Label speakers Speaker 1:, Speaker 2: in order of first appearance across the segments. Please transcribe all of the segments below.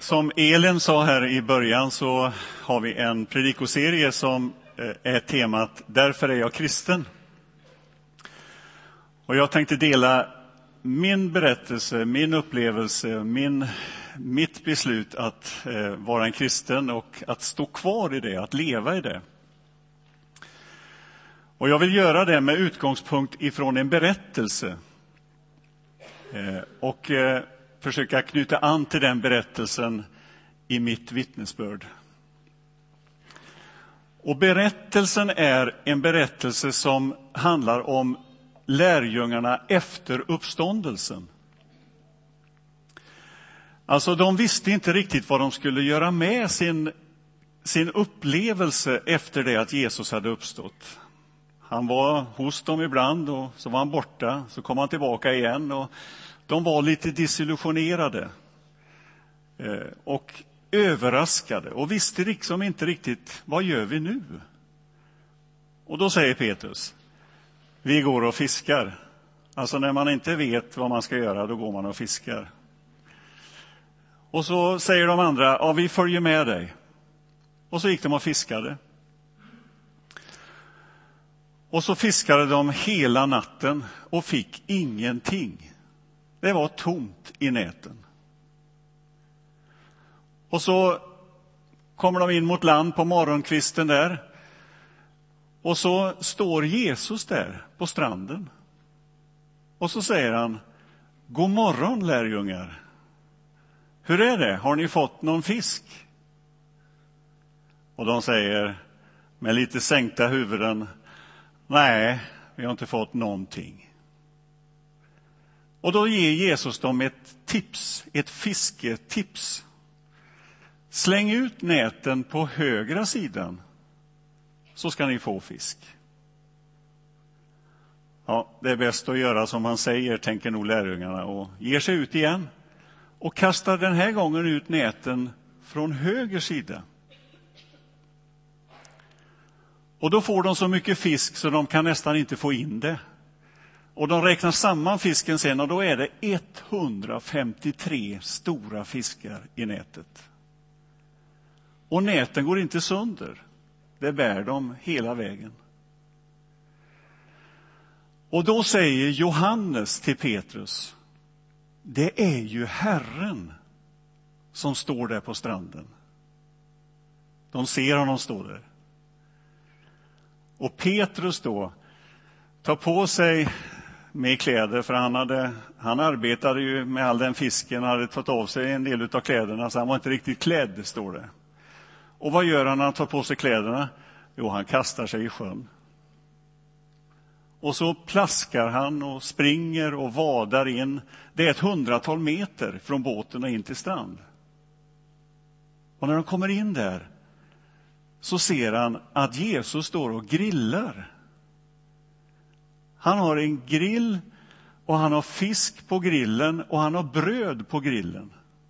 Speaker 1: Som Elin sa här i början så har vi en predikoserie som är temat Därför är jag kristen. Och jag tänkte dela min berättelse, min upplevelse, mitt beslut att vara en kristen och att stå kvar i det, att leva i det. Och jag vill göra det med utgångspunkt ifrån en berättelse. Och försöka knyta an till den berättelsen i mitt vittnesbörd. Och berättelsen är en berättelse som handlar om lärjungarna efter uppståndelsen. Alltså de visste inte riktigt vad de skulle göra med sin upplevelse efter det att Jesus hade uppstått. Han var hos dem ibland och så var han borta, så kom han tillbaka igen och de var lite desillusionerade och överraskade och visste liksom inte riktigt, vad gör vi nu? Och då säger Petrus, vi går och fiskar. Alltså när man inte vet vad man ska göra, då går man och fiskar. Och så säger de andra, ja vi följer med dig. Och så gick de och fiskade. Och så fiskade de hela natten och fick ingenting. Det var tomt i näten. Och så kommer de in mot land på morgonkvisten där. Och så står Jesus där på stranden. Och så säger han, god morgon lärjungar. Hur är det? Har ni fått någon fisk? Och de säger med lite sänkta huvuden, nej, vi har inte fått någonting. Och då ger Jesus dem ett tips, ett fisketips. Släng ut näten på högra sidan så ska ni få fisk. Ja, det är bäst att göra som han säger, tänker nog lärjungarna, och ger sig ut igen och kastar den här gången ut näten från höger sida. Och då får de så mycket fisk så de kan nästan inte få in det. Och de räknar samman fisken sen och då är det 153 stora fiskar i nätet. Och näten går inte sönder. Det bär de hela vägen. Och då säger Johannes till Petrus, det är ju Herren som står där på stranden. De ser honom stå där. Och Petrus då tar på sig med kläder, för han arbetade ju med all den fisken, hade tagit av sig en del av kläderna, så han var inte riktigt klädd, står det. Och vad gör han när han tar på sig kläderna? Jo, han kastar sig i sjön. Och så plaskar han och springer och vadar in. Det är 100-tal meter från båten och in till strand. Och när de kommer in där så ser han att Jesus står och grillar. Han har en grill och han har fisk på grillen och han har bröd på grillen.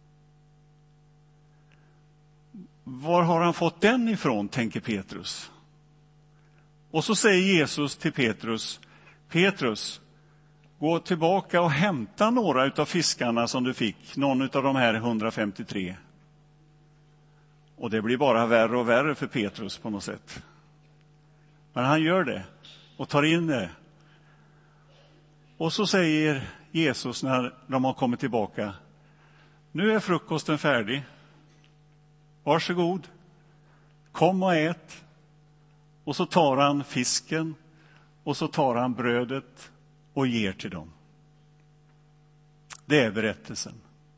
Speaker 1: Var har han fått den ifrån, tänker Petrus. Och så säger Jesus till Petrus, Petrus, gå tillbaka och hämta några av fiskarna som du fick, någon av de här 153. Och det blir bara värre och värre för Petrus på något sätt. Men han gör det och tar in det. Och så säger Jesus när de har kommit tillbaka, nu är frukosten färdig. Varsågod, kom och ät. Och så tar han fisken och så tar han brödet och ger till dem. Det är berättelsen.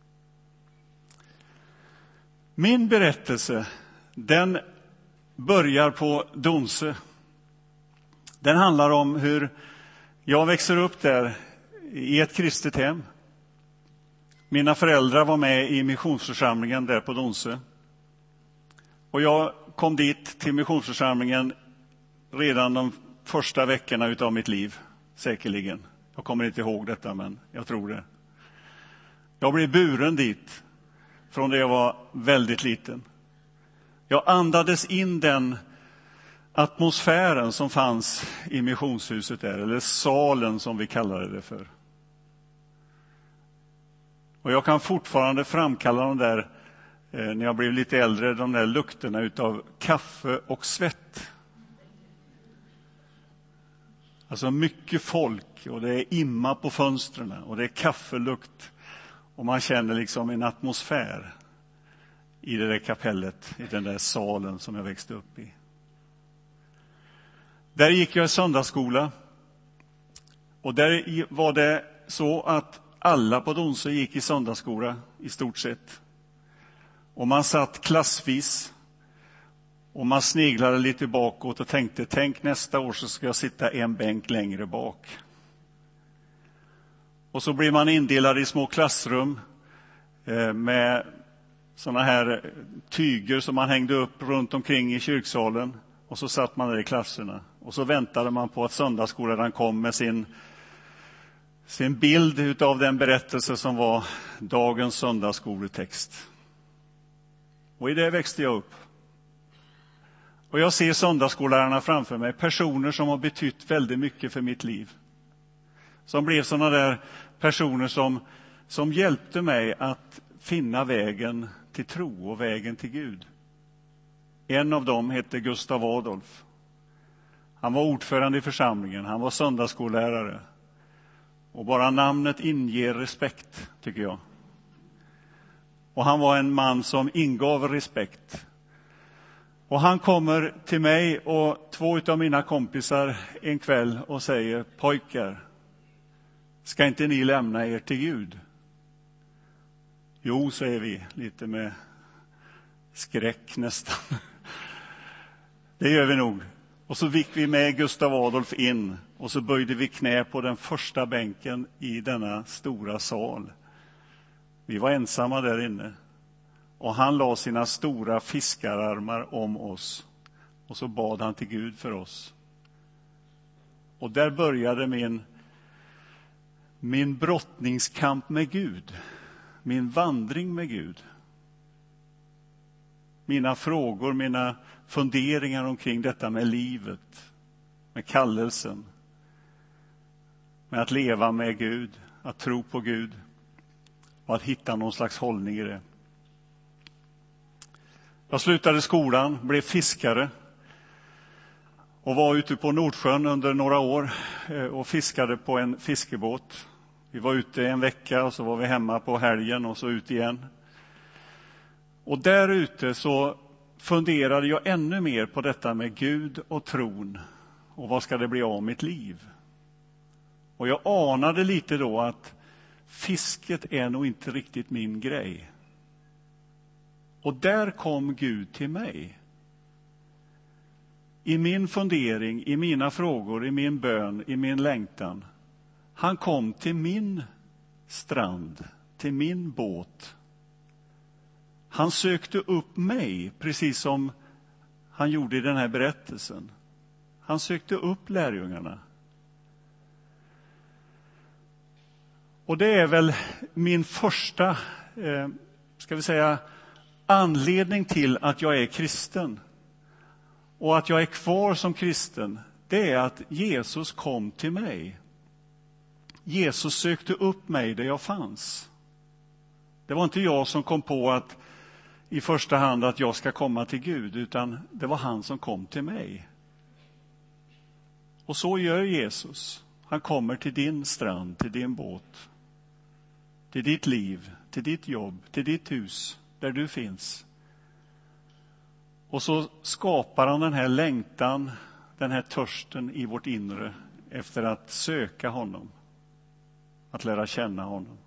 Speaker 1: Min berättelse, den börjar på Donsö. Den handlar om hur jag växer upp där i ett kristet hem. Mina föräldrar var med i missionsförsamlingen där på Donsö. Och jag kom dit till missionsförsamlingen redan de första veckorna utav mitt liv, säkerligen. Jag kommer inte ihåg detta, men jag tror det. Jag blev buren dit från det jag var väldigt liten. Jag andades in den atmosfären som fanns i missionshuset där, eller salen som vi kallade det för. Och jag kan fortfarande framkalla de där när jag blev lite äldre, de där lukterna utav kaffe och svett. Alltså mycket folk och det är imma på fönstren och det är kaffelukt. Och man känner liksom en atmosfär i det där kapellet, i den där salen som jag växte upp i. Där gick jag i söndagsskola. Och där var det så att alla på Donsö gick i söndagsskola i stort sett. Och man satt klassvis. Och man sneglade lite bakåt och tänkte, tänk nästa år så ska jag sitta en bänk längre bak. Och så blev man indelad i små klassrum med såna här tyger som man hängde upp runt omkring i kyrksalen. Och så satt man där i klasserna. Och så väntade man på att söndagsskolan kom med sin bild utav den berättelse som var dagens söndagsskoletext. Och i det växte jag upp. Och jag ser söndagsskollärarna framför mig, personer som har betytt väldigt mycket för mitt liv. Som blev sådana där personer som hjälpte mig att finna vägen till tro och vägen till Gud. En av dem hette Gustav Adolf. Han var ordförande i församlingen, han var söndagsskollärare. Och bara namnet inger respekt, tycker jag. Och han var en man som ingav respekt. Och han kommer till mig och två av mina kompisar en kväll och säger, pojkar, ska inte ni lämna er till Gud? Jo, säger vi, lite med skräck nästan. Det gör vi nog. Och så gick vi med Gustav Adolf in och så böjde vi knä på den första bänken i denna stora sal. Vi var ensamma där inne. Och han la sina stora fiskararmar om oss. Och så bad han till Gud för oss. Och där började min brottningskamp med Gud. Min vandring med Gud. Mina frågor, mina funderingar omkring detta med livet. Med kallelsen. Med att leva med Gud. Att tro på Gud. Och att hitta någon slags hållning i det. Jag slutade skolan, blev fiskare och var ute på Nordsjön under några år och fiskade på en fiskebåt. Vi var ute en vecka och så var vi hemma på helgen och så ut igen. Och där ute så funderade jag ännu mer på detta med Gud och tron och vad ska det bli av mitt liv. Och jag anade lite då att fisket är nog inte riktigt min grej. Och där kom Gud till mig. I min fundering, i mina frågor, i min bön, i min längtan. Han kom till min strand, till min båt. Han sökte upp mig, precis som han gjorde i den här berättelsen. Han sökte upp lärjungarna. Och det är väl min första, ska vi säga, anledning till att jag är kristen och att jag är kvar som kristen, det är att Jesus kom till mig. Jesus sökte upp mig där jag fanns. Det var inte jag som kom på att i första hand att jag ska komma till Gud, utan det var han som kom till mig. Och så gör Jesus. Han kommer till din strand, till din båt, till ditt liv, till ditt jobb, till ditt hus, där du finns. Och så skapar han den här längtan, den här törsten i vårt inre efter att söka honom, att lära känna honom.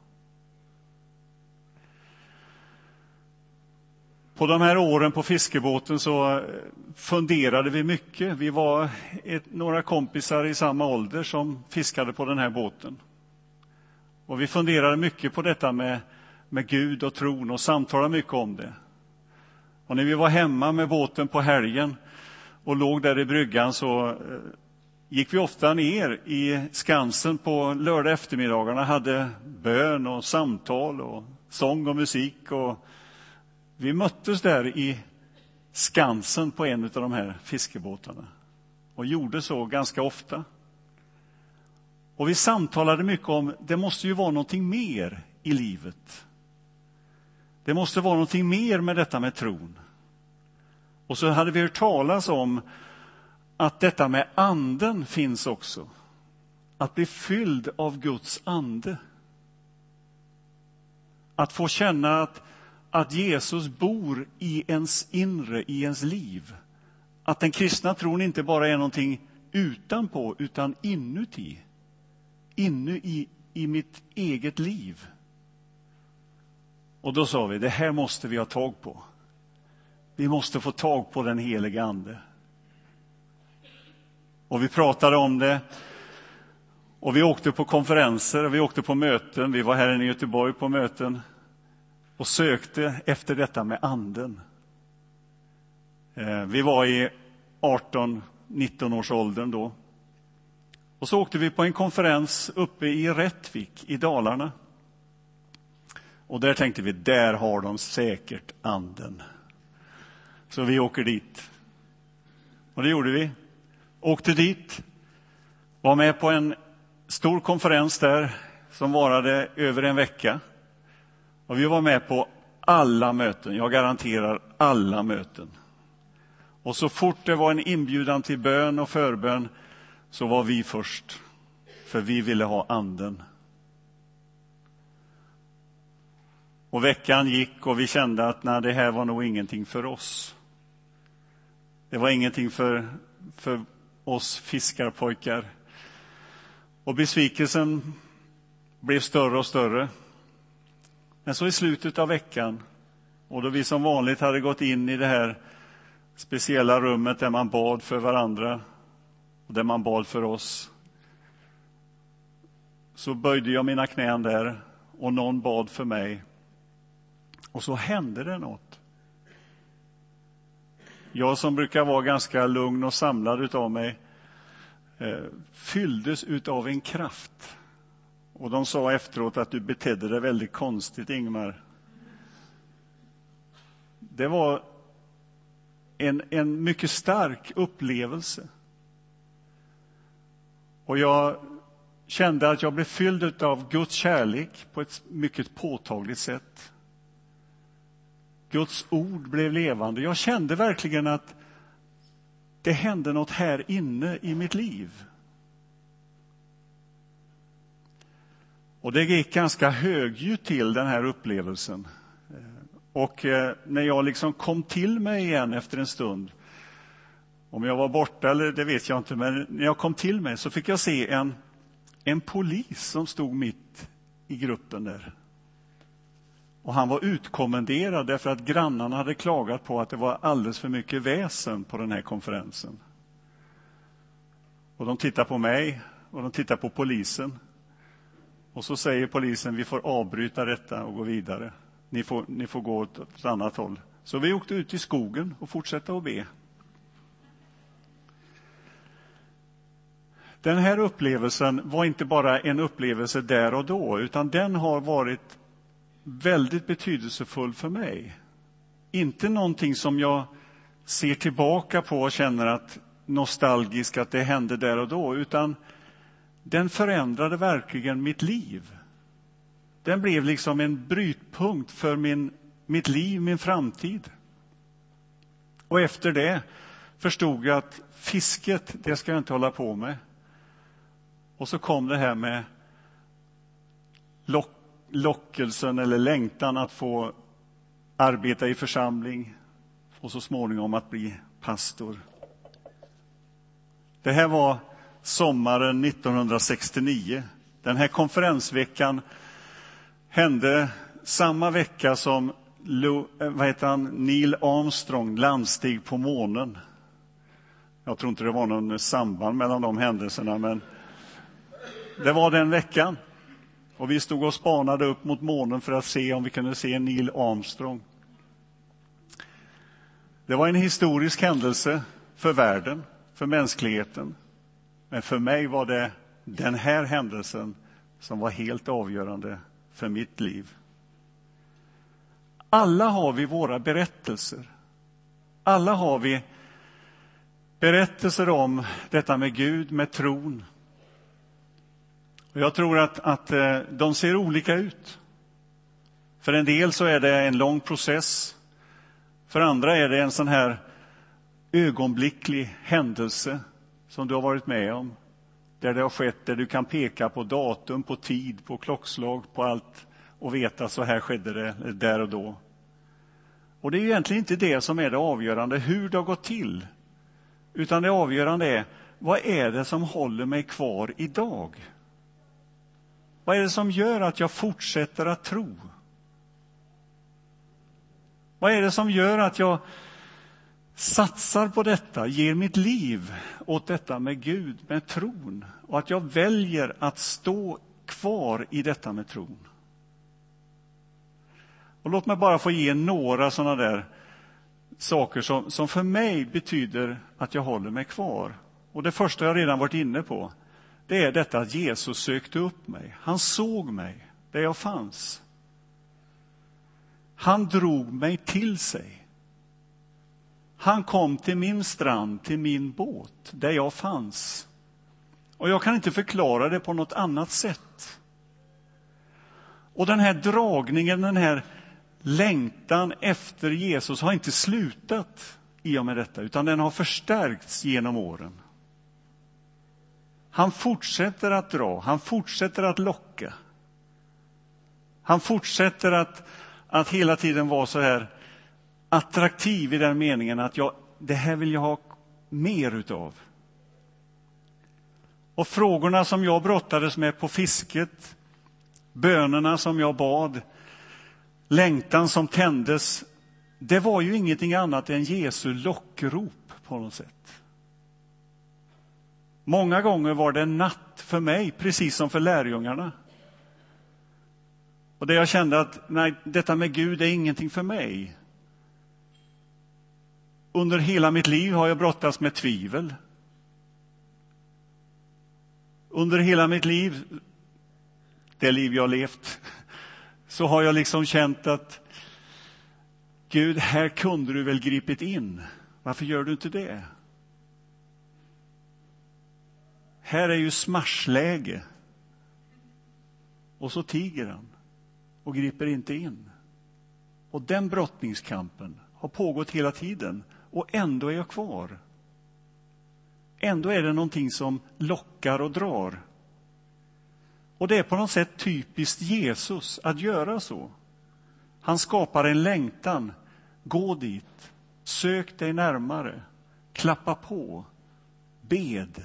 Speaker 1: På de här åren på fiskebåten så funderade vi mycket. Vi var några kompisar i samma ålder som fiskade på den här båten. Och vi funderade mycket på detta med Gud och tron och samtalade mycket om det. Och när vi var hemma med båten på helgen och låg där i bryggan så gick vi ofta ner i Skansen på lördag eftermiddagarna, hade bön och samtal och sång och musik. Och vi möttes där i Skansen på en av de här fiskebåtarna och gjorde så ganska ofta. Och vi samtalade mycket om det måste ju vara någonting mer i livet. Det måste vara någonting mer med detta med tron. Och så hade vi hört talas om att detta med anden finns också. Att bli fylld av Guds ande. Att få känna att Jesus bor i ens inre, i ens liv. Att den kristna tron inte bara är någonting utanpå utan inuti. Inne i mitt eget liv. Och då sa vi, det här måste vi ha tag på. Vi måste få tag på den heliga ande. Och vi pratade om det. Och vi åkte på konferenser, vi åkte på möten. Vi var här i Göteborg på möten. Och sökte efter detta med anden. Vi var i 18-19 års åldern då. Och så åkte vi på en konferens uppe i Rättvik i Dalarna. Och där tänkte vi, där har de säkert anden. Så vi åker dit. Och det gjorde vi. Åkte dit. Var med på en stor konferens där som varade över en vecka. Och vi var med på alla möten. Jag garanterar alla möten. Och så fort det var en inbjudan till bön och förbön så var vi först. För vi ville ha anden. Och veckan gick och vi kände att nej, det här var nog ingenting för oss. Det var ingenting för oss fiskarpojkar. Och besvikelsen blev större och större. Men så i slutet av veckan, och då vi som vanligt hade gått in i det här speciella rummet där man bad för varandra och där man bad för oss, så böjde jag mina knän där och någon bad för mig. Och så hände det något. Jag som brukar vara ganska lugn och samlad utav mig fylldes utav en kraft. Och de sa efteråt att du betedde dig väldigt konstigt, Ingmar. Det var en mycket stark upplevelse. Och jag kände att jag blev fylld av Guds kärlek på ett mycket påtagligt sätt. Guds ord blev levande. Jag kände verkligen att det hände något här inne i mitt liv. Och det gick ganska högljutt till den här upplevelsen. Och när jag liksom kom till mig igen efter en stund, om jag var borta eller det vet jag inte, men när jag kom till mig så fick jag se en polis som stod mitt i gruppen där. Och han var utkommenderad därför att grannarna hade klagat på att det var alldeles för mycket väsen på den här konferensen. Och de tittar på mig och de tittar på polisen. Och så säger polisen, vi får avbryta detta och gå vidare. Ni får gå åt ett annat håll. Så vi åkte ut i skogen och fortsatte att be. Den här upplevelsen var inte bara en upplevelse där och då, utan den har varit väldigt betydelsefull för mig. Inte någonting som jag ser tillbaka på och känner att nostalgiskt att det hände där och då, utan den förändrade verkligen mitt liv. Den blev liksom en brytpunkt för mitt liv, min framtid. Och efter det förstod jag att fisket, det ska jag inte hålla på med. Och så kom det här med lockelsen eller längtan att få arbeta i församling och så småningom att bli pastor. Det här var sommaren 1969. Den här konferensveckan hände samma vecka som Neil Armstrong landsteg på månen. Jag tror inte det var någon samband mellan de händelserna, men det var den veckan. Och vi stod och spanade upp mot månen för att se om vi kunde se Neil Armstrong. Det var en historisk händelse för världen, för mänskligheten. Men för mig var det den här händelsen som var helt avgörande för mitt liv. Alla har vi våra berättelser. Alla har vi berättelser om detta med Gud, med tron. Och jag tror att de ser olika ut. För en del så är det en lång process. För andra är det en sån här ögonblicklig händelse som du har varit med om. Där det har skett, där du kan peka på datum, på tid, på klockslag, på allt och veta så här skedde det där och då. Och det är ju egentligen inte det som är det avgörande, hur det har gått till. Utan det avgörande är, vad är det som håller mig kvar idag? Vad är det som gör att jag fortsätter att tro? Vad är det som gör att jag satsar på detta, ger mitt liv åt detta med Gud, med tron? Och att jag väljer att stå kvar i detta med tron. Och låt mig bara få ge några sådana där saker som för mig betyder att jag håller mig kvar. Och det första jag redan varit inne på, det är detta att Jesus sökte upp mig. Han såg mig där jag fanns. Han drog mig till sig. Han kom till min strand, till min båt, där jag fanns. Och jag kan inte förklara det på något annat sätt. Och den här dragningen, den här längtan efter Jesus har inte slutat i och med detta, utan den har förstärkts genom åren. Han fortsätter att dra, han fortsätter att locka. Han fortsätter att hela tiden vara så här attraktiv i den meningen att det här vill jag ha mer utav. Och frågorna som jag brottades med på fisket, bönerna som jag bad, längtan som tändes, det var ju ingenting annat än Jesu lockrop på något sätt. Många gånger var det en natt för mig, precis som för lärjungarna. Och där jag kände att nej, detta med Gud är ingenting för mig. Under hela mitt liv har jag brottats med tvivel. Under hela mitt liv, det liv jag levt, så har jag liksom känt att Gud, här kunde du väl gripit in. Varför gör du inte det? Här är ju smashläge. Och så tiger han och griper inte in. Och den brottningskampen har pågått hela tiden. Och ändå är jag kvar. Ändå är det någonting som lockar och drar. Och det är på något sätt typiskt Jesus att göra så. Han skapar en längtan. Gå dit. Sök dig närmare. Klappa på. Bed.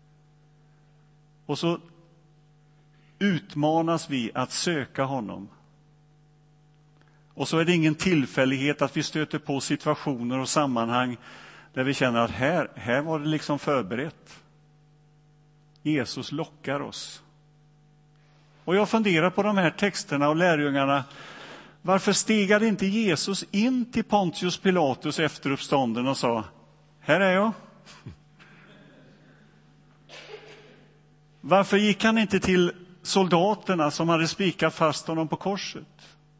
Speaker 1: Och så utmanas vi att söka honom. Och så är det ingen tillfällighet att vi stöter på situationer och sammanhang där vi känner att här var det liksom förberett. Jesus lockar oss. Och jag funderar på de här texterna och lärjungarna. Varför stegade inte Jesus in till Pontius Pilatus efter uppstånden och sa, här är jag. Varför gick han inte till soldaterna som hade spikat fast honom på korset?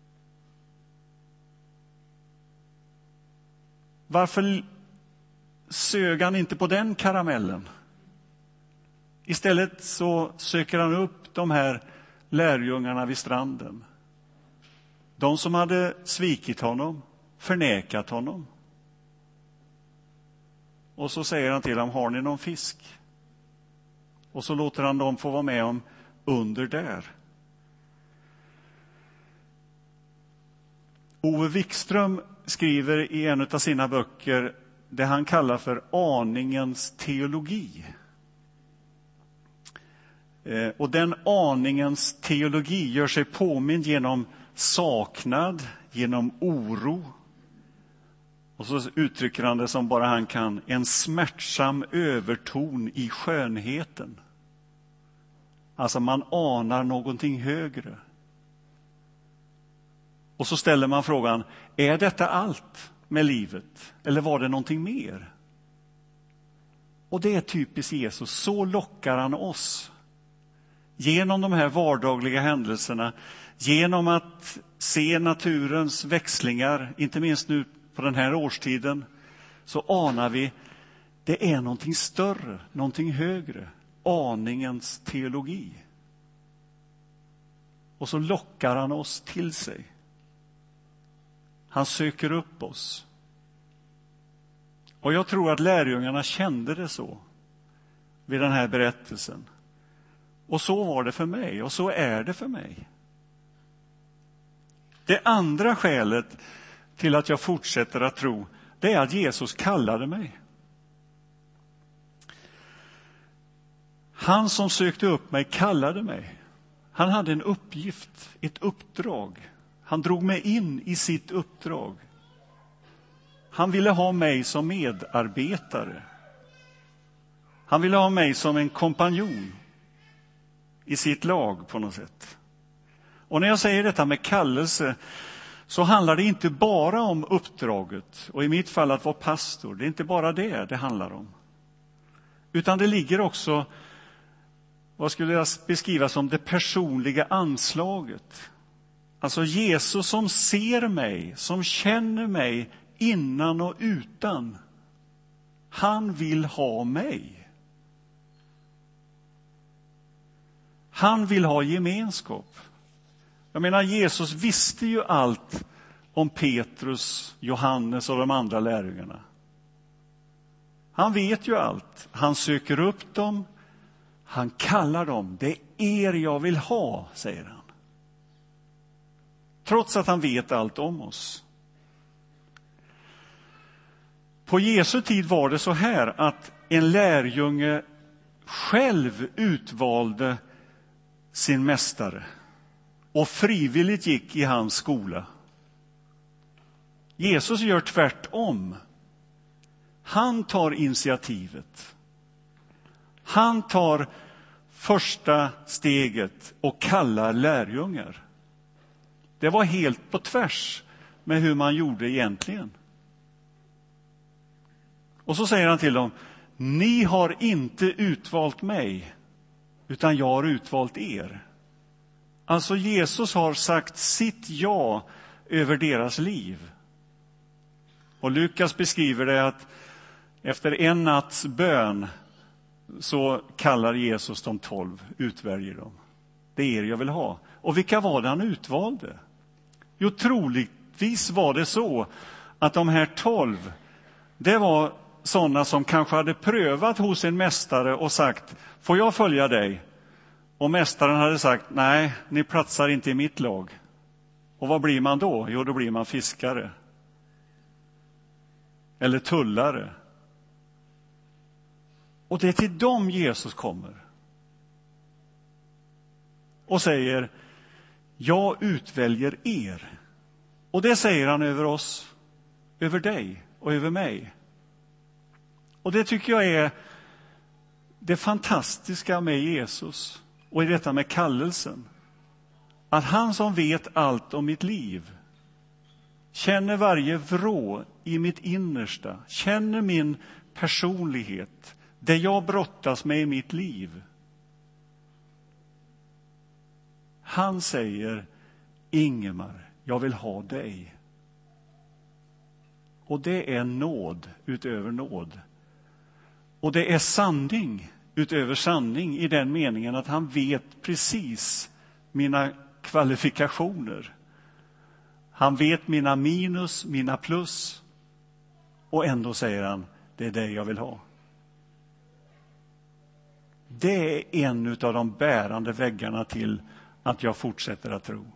Speaker 1: Varför sög han inte på den karamellen? Istället så söker han upp de här lärjungarna vid stranden. De som hade svikit honom, förnekat honom. Och så säger han till dem, har ni någon fisk? Och så låter han dem få vara med om under där. Ove Wikström skriver i en av sina böcker det han kallar för aningens teologi. Och den aningens teologi gör sig påmind genom saknad, genom oro. Och så uttrycker han det som bara han kan, en smärtsam överton i skönheten. Alltså man anar någonting högre. Och så ställer man frågan, är detta allt med livet? Eller var det någonting mer? Och det är typiskt Jesus, så lockar han oss. Genom de här vardagliga händelserna, genom att se naturens växlingar, inte minst nu på den här årstiden, så anar vi, det är någonting större, någonting högre. Aningens teologi. Och så lockar han oss till sig. Han söker upp oss. Och jag tror att lärjungarna kände det så vid den här berättelsen. Och så var det för mig, och så är det för mig. Det andra skälet till att jag fortsätter att tro, det är att Jesus kallade mig. Han som sökte upp mig kallade mig. Han hade en uppgift, ett uppdrag. Han drog mig in i sitt uppdrag. Han ville ha mig som medarbetare. Han ville ha mig som en kompanjon i sitt lag på något sätt. Och när jag säger detta med kallelse så handlar det inte bara om uppdraget. Och i mitt fall att vara pastor, det är inte bara det handlar om. Utan det ligger också, vad skulle jag beskriva som det personliga anslaget. Alltså Jesus som ser mig, som känner mig innan och utan. Han vill ha mig. Han vill ha gemenskap. Jag menar, Jesus visste ju allt om Petrus, Johannes och de andra lärjungarna. Han vet ju allt. Han söker upp dem. Han kallar dem. Det är er jag vill ha, säger han. Trots att han vet allt om oss. På Jesu tid var det så här att en lärjunge själv utvalde sin mästare och frivilligt gick i hans skola. Jesus gör tvärtom. Han tar initiativet. Han tar första steget och kallar lärjungar. Det var helt på tvärs med hur man gjorde egentligen. Och så säger han till dem: ni har inte utvalt mig, utan jag har utvalt er. Alltså Jesus har sagt sitt ja över deras liv. Och Lukas beskriver det att efter en natts bön så kallar Jesus de 12, utväljer dem. Det är er jag vill ha. Och vilka var det han utvalde? Jo, troligtvis var det så att de här 12, det var sådana som kanske hade prövat hos en mästare och sagt: får jag följa dig? Och mästaren hade sagt: nej, ni platsar inte i mitt lag. Och vad blir man då? Jo, då blir man fiskare. Eller tullare. Och det är till dem Jesus kommer. Och säger: jag utväljer er. Och det säger han över oss, över dig och över mig. Och det tycker jag är det fantastiska med Jesus och i detta med kallelsen. Att han som vet allt om mitt liv, känner varje vrå i mitt innersta, känner min personlighet, det jag brottas med i mitt liv. Han säger: Ingemar, jag vill ha dig. Och det är nåd utöver nåd. Och det är sanning utöver sanning i den meningen att han vet precis mina kvalifikationer. Han vet mina minus, mina plus. Och ändå säger han: det är det jag vill ha. Det är en av de bärande väggarna till att jag fortsätter att tro.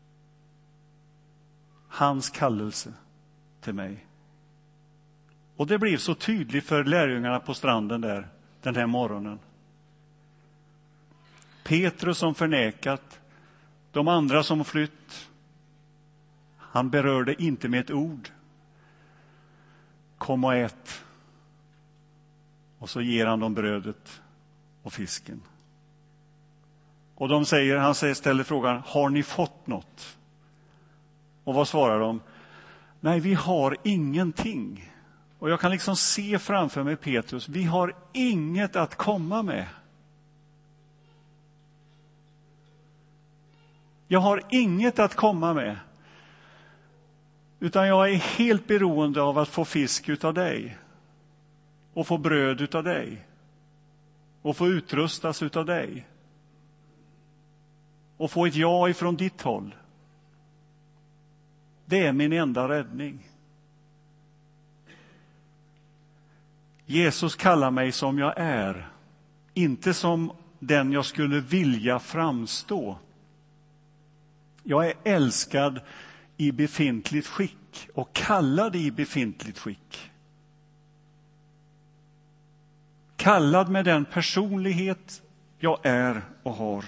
Speaker 1: Hans kallelse till mig. Och det blev så tydligt för lärjungarna på stranden där den här morgonen. Petrus som förnekat, de andra som flytt. Han berörde inte med ett ord. Kom och ät. Och så ger han dem brödet och fisken. Och han ställer frågan: har ni fått något? Och vad svarar de? Nej, vi har ingenting. Och jag kan liksom se framför mig Petrus: vi har inget att komma med. Jag har inget att komma med. Utan jag är helt beroende av att få fisk utav dig. Och få bröd utav dig. Och få utrustas utav dig. Och få ett ja ifrån ditt håll. Det är min enda räddning. Jesus kallar mig som jag är, inte som den jag skulle vilja framstå. Jag är älskad i befintligt skick och kallad i befintligt skick. Kallad med den personlighet jag är och har.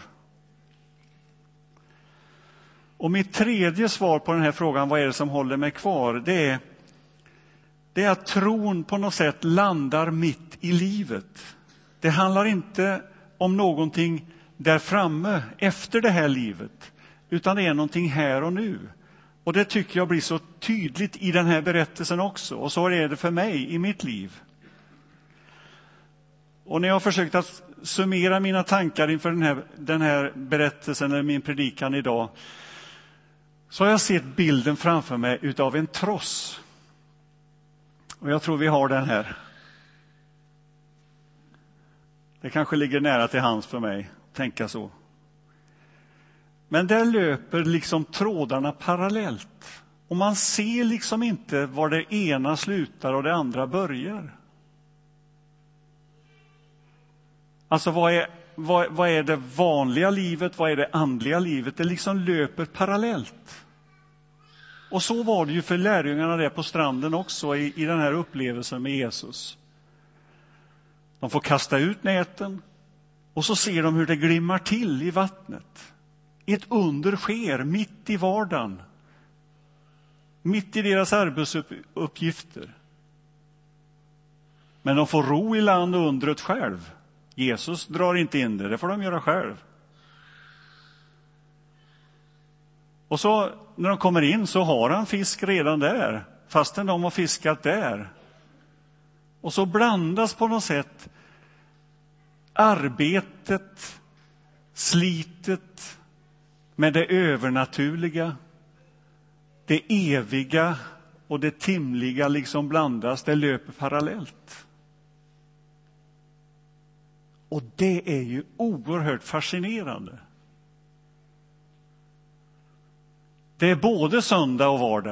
Speaker 1: Och mitt tredje svar på den här frågan, vad är det som håller mig kvar? Det är att tron på något sätt landar mitt i livet. Det handlar inte om någonting där framme efter det här livet, utan det är någonting här och nu. Och det tycker jag blir så tydligt i den här berättelsen också. Och så är det för mig i mitt liv. Och när jag har försökt att summera mina tankar inför den här berättelsen eller min predikan idag, så har jag sett bilden framför mig utav en tross. Och jag tror vi har den här. Det kanske ligger nära till hands för mig att tänka så. Men där löper liksom trådarna parallellt. Och man ser liksom inte var det ena slutar och det andra börjar. Alltså vad är det vanliga livet, vad är det andliga livet? Det liksom löper parallellt. Och så var det ju för lärjungarna där på stranden också i den här upplevelsen med Jesus. De får kasta ut näten och så ser de hur det glimmar till i vattnet. Ett under sker mitt i vardagen. Mitt i deras arbetsuppgifter. Men de får ro i land och undret själv. Jesus drar inte in det får de göra själv. Och så när de kommer in så har han fisk redan där, fastän de har fiskat där. Och så blandas på något sätt arbetet, slitet med det övernaturliga, det eviga och det timliga liksom blandas, det löper parallellt. Och det är ju oerhört fascinerande. Det är både söndag och vardag.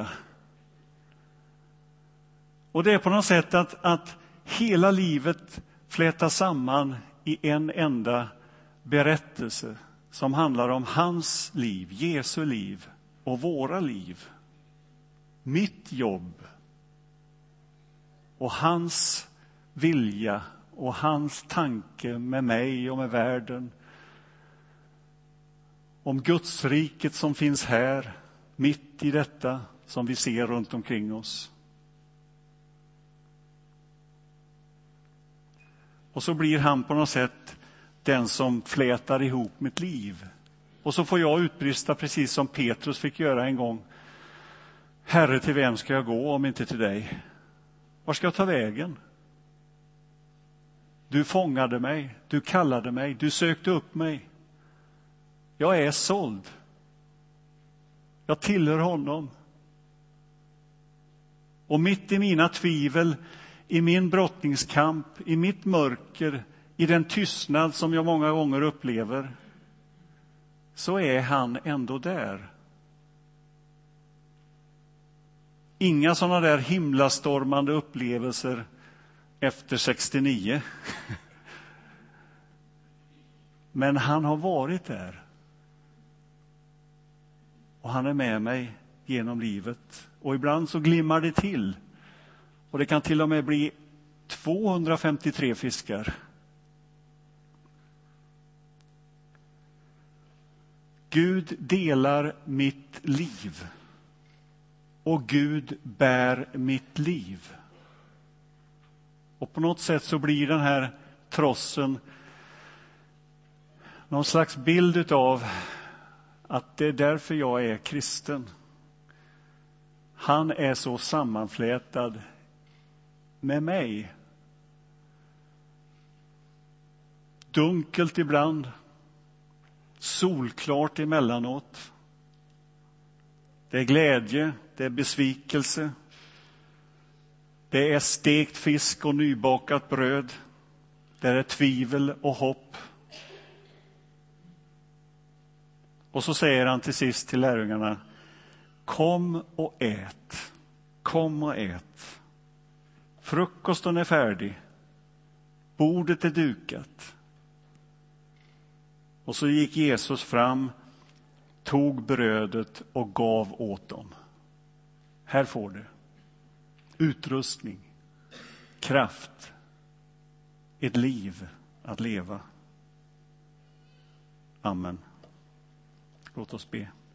Speaker 1: Och det är på något sätt att hela livet flätas samman i en enda berättelse som handlar om hans liv, Jesu liv och våra liv. Mitt jobb och hans vilja och hans tanke med mig och med världen. Om Guds riket som finns här, mitt i detta som vi ser runt omkring oss. Och så blir han på något sätt den som flätar ihop mitt liv. Och så får jag utbrista precis som Petrus fick göra en gång. Herre, till vem ska jag gå om inte till dig? Var ska jag ta vägen? Du fångade mig, du kallade mig, du sökte upp mig. Jag är såld. Jag tillhör honom. Och mitt i mina tvivel, i min brottningskamp, i mitt mörker, i den tystnad som jag många gånger upplever, så är han ändå där. Inga sådana där himlastormande upplevelser efter 69. Men han har varit där. Och han är med mig genom livet. Och ibland så glimmar det till. Och det kan till och med bli 253 fiskar. Gud delar mitt liv. Och Gud bär mitt liv. Och på något sätt så blir den här trossen någon slags bild av att det är därför jag är kristen. Han är så sammanflätad med mig. Dunkelt ibland, solklart emellanåt. Det är glädje, det är besvikelse. Det är stekt fisk och nybakat bröd. Det är tvivel och hopp. Och så säger han till sist till lärjungarna: kom och ät. Kom och ät. Frukosten är färdig. Bordet är dukat. Och så gick Jesus fram, tog brödet och gav åt dem. Här får du utrustning, kraft, ett liv att leva. Amen. Låt oss be.